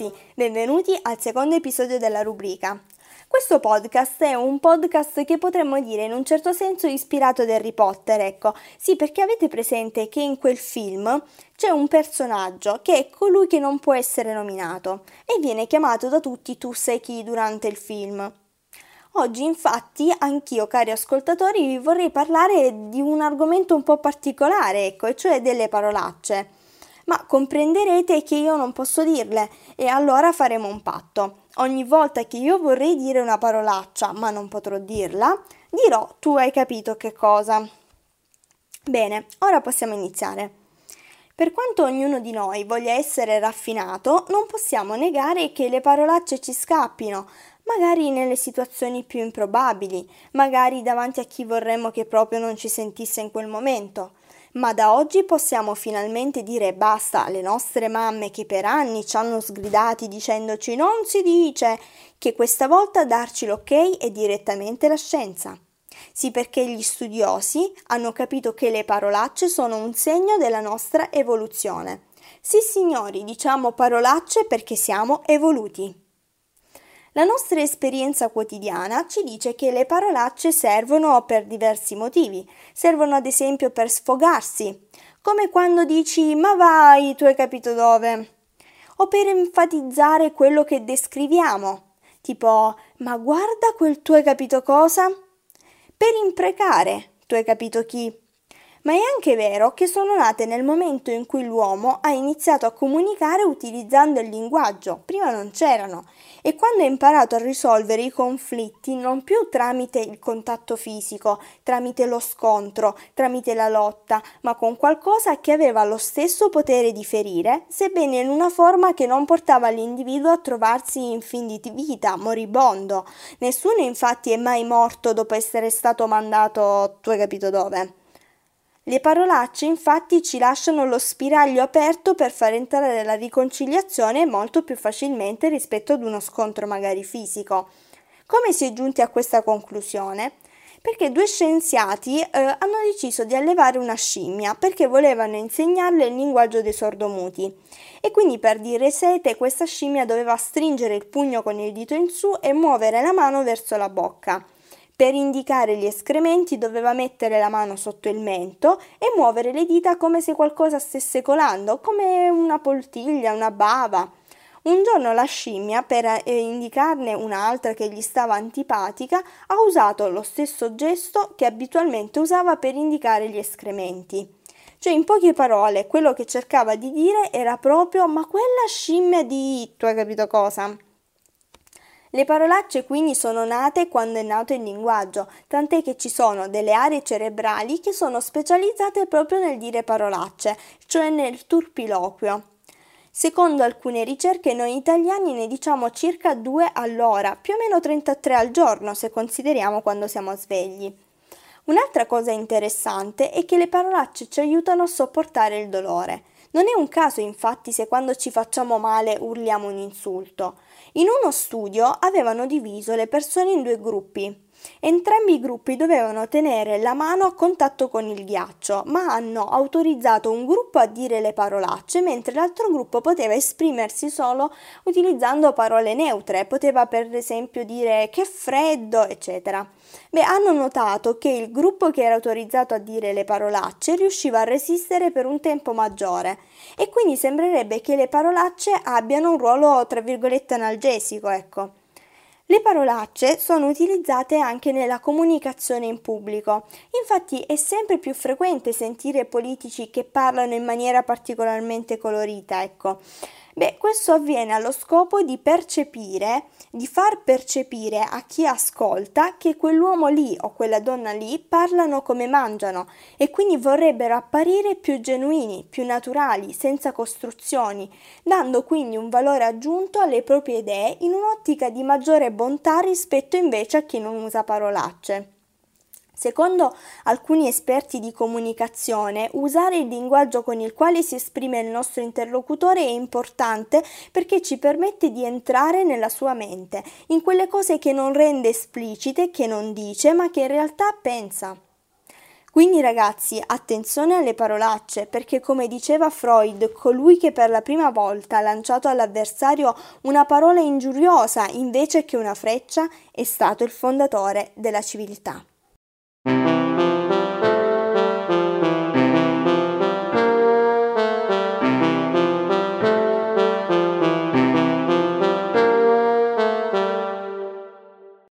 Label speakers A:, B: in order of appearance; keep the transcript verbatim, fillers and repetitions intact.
A: ragazzi, benvenuti al secondo episodio della rubrica. Questo podcast è un podcast che potremmo dire in un certo senso ispirato ad Harry Potter, ecco. Sì, perché avete presente che in quel film c'è un personaggio che è colui che non può essere nominato e viene chiamato da tutti tu sai chi durante il film. Oggi infatti anch'io, cari ascoltatori, vi vorrei parlare di un argomento un po' particolare, ecco, e cioè delle parolacce. Ma comprenderete che io non posso dirle e allora faremo un patto. Ogni volta che io vorrei dire una parolaccia ma non potrò dirla, dirò tu hai capito che cosa. Bene, ora possiamo iniziare. Per quanto ognuno di noi voglia essere raffinato, non possiamo negare che le parolacce ci scappino, magari nelle situazioni più improbabili, magari davanti a chi vorremmo che proprio non ci sentisse in quel momento. Ma da oggi possiamo finalmente dire basta alle nostre mamme che per anni ci hanno sgridati dicendoci non si dice, che questa volta darci l'ok è direttamente la scienza. Sì, perché gli studiosi hanno capito che le parolacce sono un segno della nostra evoluzione. Sì, signori, diciamo parolacce perché siamo evoluti. La nostra esperienza quotidiana ci dice che le parolacce servono per diversi motivi. Servono ad esempio per sfogarsi, come quando dici ma vai, tu hai capito dove? O per enfatizzare quello che descriviamo, tipo ma guarda quel tu hai capito cosa? Per imprecare, tu hai capito chi? Ma è anche vero che sono nate nel momento in cui l'uomo ha iniziato a comunicare utilizzando il linguaggio, prima non c'erano, e quando ha imparato a risolvere i conflitti non più tramite il contatto fisico, tramite lo scontro, tramite la lotta, ma con qualcosa che aveva lo stesso potere di ferire, sebbene in una forma che non portava l'individuo a trovarsi in fin di vita, moribondo. Nessuno infatti è mai morto dopo essere stato mandato, tu hai capito dove? Le parolacce infatti ci lasciano lo spiraglio aperto per far entrare la riconciliazione molto più facilmente rispetto ad uno scontro magari fisico. Come si è giunti a questa conclusione? Perché due scienziati eh, hanno deciso di allevare una scimmia perché volevano insegnarle il linguaggio dei sordomuti e quindi per dire sete questa scimmia doveva stringere il pugno con il dito in su e muovere la mano verso la bocca. Per indicare gli escrementi doveva mettere la mano sotto il mento e muovere le dita come se qualcosa stesse colando, come una poltiglia, una bava. Un giorno la scimmia, per eh, indicarne un'altra che gli stava antipatica, ha usato lo stesso gesto che abitualmente usava per indicare gli escrementi. Cioè, in poche parole, quello che cercava di dire era proprio ma quella scimmia di... tu hai capito cosa? Le parolacce quindi sono nate quando è nato il linguaggio, tant'è che ci sono delle aree cerebrali che sono specializzate proprio nel dire parolacce, cioè nel turpiloquio. Secondo alcune ricerche noi italiani ne diciamo circa due all'ora, più o meno trentatré al giorno se consideriamo quando siamo svegli. Un'altra cosa interessante è che le parolacce ci aiutano a sopportare il dolore. Non è un caso infatti se quando ci facciamo male urliamo un insulto. In uno studio avevano diviso le persone in due gruppi. Entrambi i gruppi dovevano tenere la mano a contatto con il ghiaccio, ma hanno autorizzato un gruppo a dire le parolacce, mentre l'altro gruppo poteva esprimersi solo utilizzando parole neutre, poteva per esempio dire che freddo, eccetera. Beh, hanno notato che il gruppo che era autorizzato a dire le parolacce riusciva a resistere per un tempo maggiore e quindi sembrerebbe che le parolacce abbiano un ruolo, tra virgolette, analgesico, ecco. Le parolacce sono utilizzate anche nella comunicazione in pubblico, infatti è sempre più frequente sentire politici che parlano in maniera particolarmente colorita, ecco. Beh, questo avviene allo scopo di percepire, di far percepire a chi ascolta che quell'uomo lì o quella donna lì parlano come mangiano e quindi vorrebbero apparire più genuini, più naturali, senza costruzioni, dando quindi un valore aggiunto alle proprie idee in un'ottica di maggiore bontà rispetto invece a chi non usa parolacce. Secondo alcuni esperti di comunicazione, usare il linguaggio con il quale si esprime il nostro interlocutore è importante perché ci permette di entrare nella sua mente, in quelle cose che non rende esplicite, che non dice, ma che in realtà pensa. Quindi ragazzi, attenzione alle parolacce, perché come diceva Freud, colui che per la prima volta ha lanciato all'avversario una parola ingiuriosa invece che una freccia è stato il fondatore della civiltà.